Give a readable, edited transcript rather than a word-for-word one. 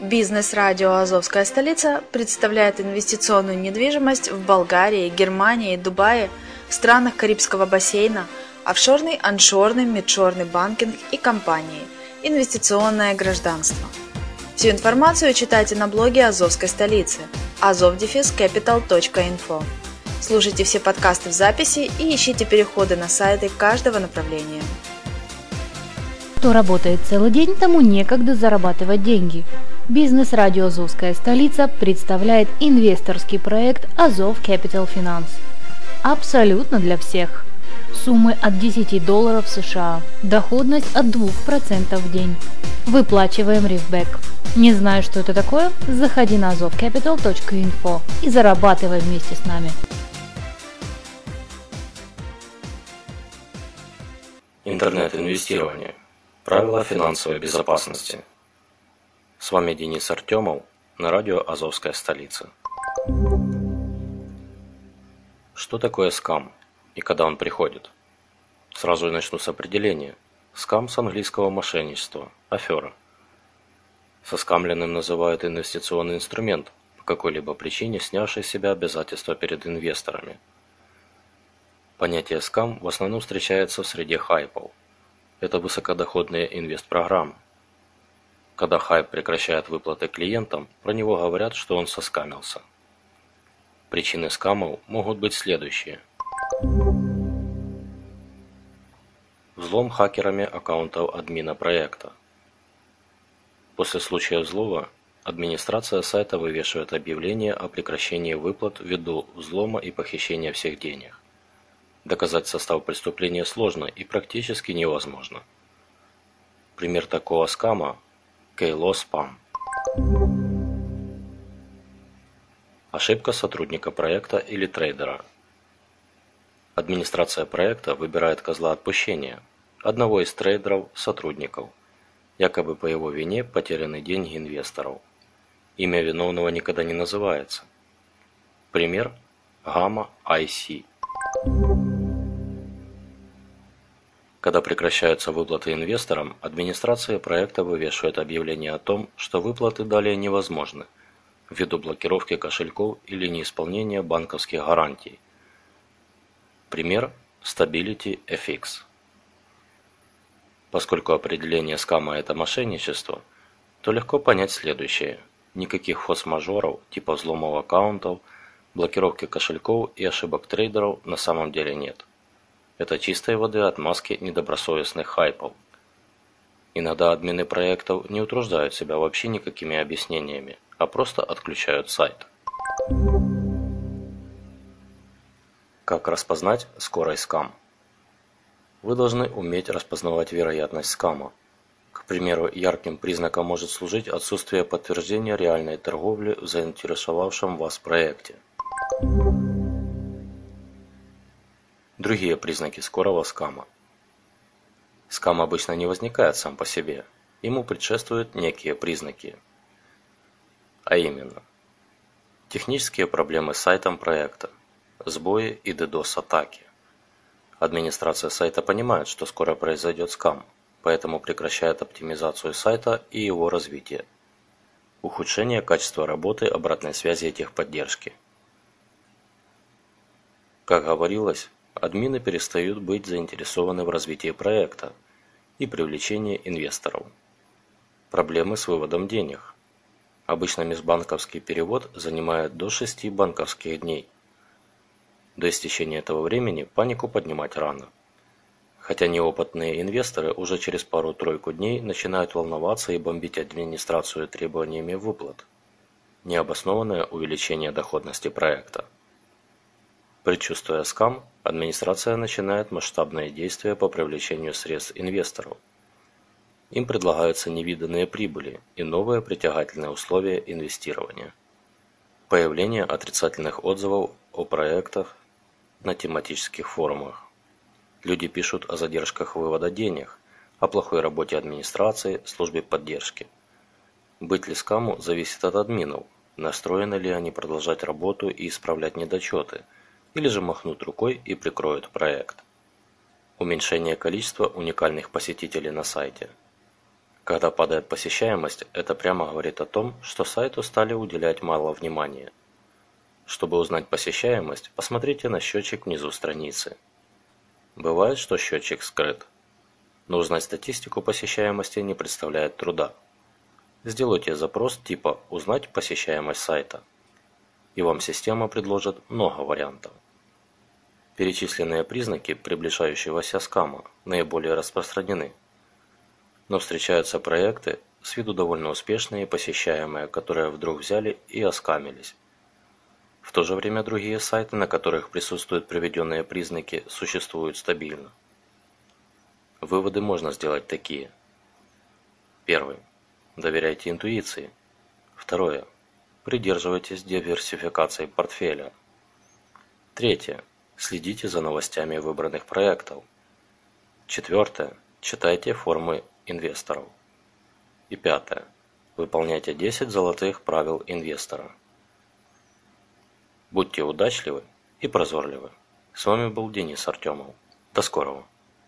Бизнес-радио «Азовская столица» представляет инвестиционную недвижимость в Болгарии, Германии, Дубае, в странах Карибского бассейна, офшорный, аншорный, мидшорный банкинг и компании, инвестиционное гражданство. Всю информацию читайте на блоге «Азовской столицы» azov-capital.info. Слушайте все подкасты в записи и ищите переходы на сайты каждого направления. Кто работает целый день, тому некогда зарабатывать деньги. Бизнес-радио «Азовская столица» представляет инвесторский проект Azov Capital Finance. Абсолютно для всех. Суммы от $10 США. Доходность от 2% в день. Выплачиваем рифбэк. Не знаешь, что это такое? Заходи на azov-capital.info и зарабатывай вместе с нами. Интернет-инвестирование. Правила финансовой безопасности. С вами Денис Артемов на радио «Азовская столица». Что такое скам и когда он приходит? Сразу и начну с определения. Скам с английского мошенничество, афера. Соскамленным называют инвестиционный инструмент, по какой-либо причине снявший с себя обязательства перед инвесторами. Понятие скам в основном встречается в среде хайпов. Это высокодоходные инвестпрограммы. Когда хайп прекращает выплаты клиентам, про него говорят, что он соскамился. Причины скамов могут быть следующие. Взлом хакерами аккаунтов админа проекта. После случая взлома администрация сайта вывешивает объявление о прекращении выплат ввиду взлома и похищения всех денег. Доказать состав преступления сложно и практически невозможно. Пример такого скама – Keyless Spam. Ошибка сотрудника проекта или трейдера. Администрация проекта выбирает козла отпущения, одного из трейдеров-сотрудников. Якобы по его вине потеряны деньги инвесторов. Имя виновного никогда не называется. Пример – Gamma IC. Когда прекращаются выплаты инвесторам, администрация проекта вывешивает объявление о том, что выплаты далее невозможны ввиду блокировки кошельков или неисполнения банковских гарантий. Пример – Stability FX. Поскольку определение скама – это мошенничество, то легко понять следующее. Никаких форс-мажоров, типа взломов аккаунтов, блокировки кошельков и ошибок трейдеров на самом деле нет. Это чистой воды отмазки недобросовестных хайпов. Иногда админы проектов не утруждают себя вообще никакими объяснениями, а просто отключают сайт. Как распознать скорый скам? Вы должны уметь распознавать вероятность скама. К примеру, ярким признаком может служить отсутствие подтверждения реальной торговли в заинтересовавшем вас проекте. Другие признаки скорого скама. Скам обычно не возникает сам по себе, ему предшествуют некие признаки. А именно, технические проблемы с сайтом проекта, сбои и DDoS-атаки. Администрация сайта понимает, что скоро произойдет скам, поэтому прекращает оптимизацию сайта и его развитие. Ухудшение качества работы обратной связи и техподдержки. Как говорилось, админы перестают быть заинтересованы в развитии проекта и привлечении инвесторов. Проблемы с выводом денег. Обычно межбанковский перевод занимает до 6 банковских дней. До истечения этого времени панику поднимать рано. Хотя неопытные инвесторы уже через пару-тройку дней начинают волноваться и бомбить администрацию требованиями выплат. Необоснованное увеличение доходности проекта. Предчувствуя скам, администрация начинает масштабные действия по привлечению средств инвесторов. Им предлагаются невиданные прибыли и новые притягательные условия инвестирования. Появление отрицательных отзывов о проектах на тематических форумах. Люди пишут о задержках вывода денег, о плохой работе администрации, службе поддержки. Быть ли скаму зависит от админов, настроены ли они продолжать работу и исправлять недочеты, или же махнут рукой и прикроют проект. Уменьшение количества уникальных посетителей на сайте. Когда падает посещаемость, это прямо говорит о том, что сайту стали уделять мало внимания. Чтобы узнать посещаемость, посмотрите на счетчик внизу страницы. Бывает, что счетчик скрыт, но узнать статистику посещаемости не представляет труда. Сделайте запрос типа «Узнать посещаемость сайта», и вам система предложит много вариантов. Перечисленные признаки приближающегося скама наиболее распространены, но встречаются проекты, с виду довольно успешные и посещаемые, которые вдруг взяли и оскамились. В то же время другие сайты, на которых присутствуют приведенные признаки, существуют стабильно. Выводы можно сделать такие. Первый. Доверяйте интуиции. Второе. Придерживайтесь диверсификации портфеля. Третье. Следите за новостями выбранных проектов. Четвертое. Читайте форумы инвесторов. И пятое. Выполняйте 10 золотых правил инвестора. Будьте удачливы и прозорливы. С вами был Денис Артемов. До скорого.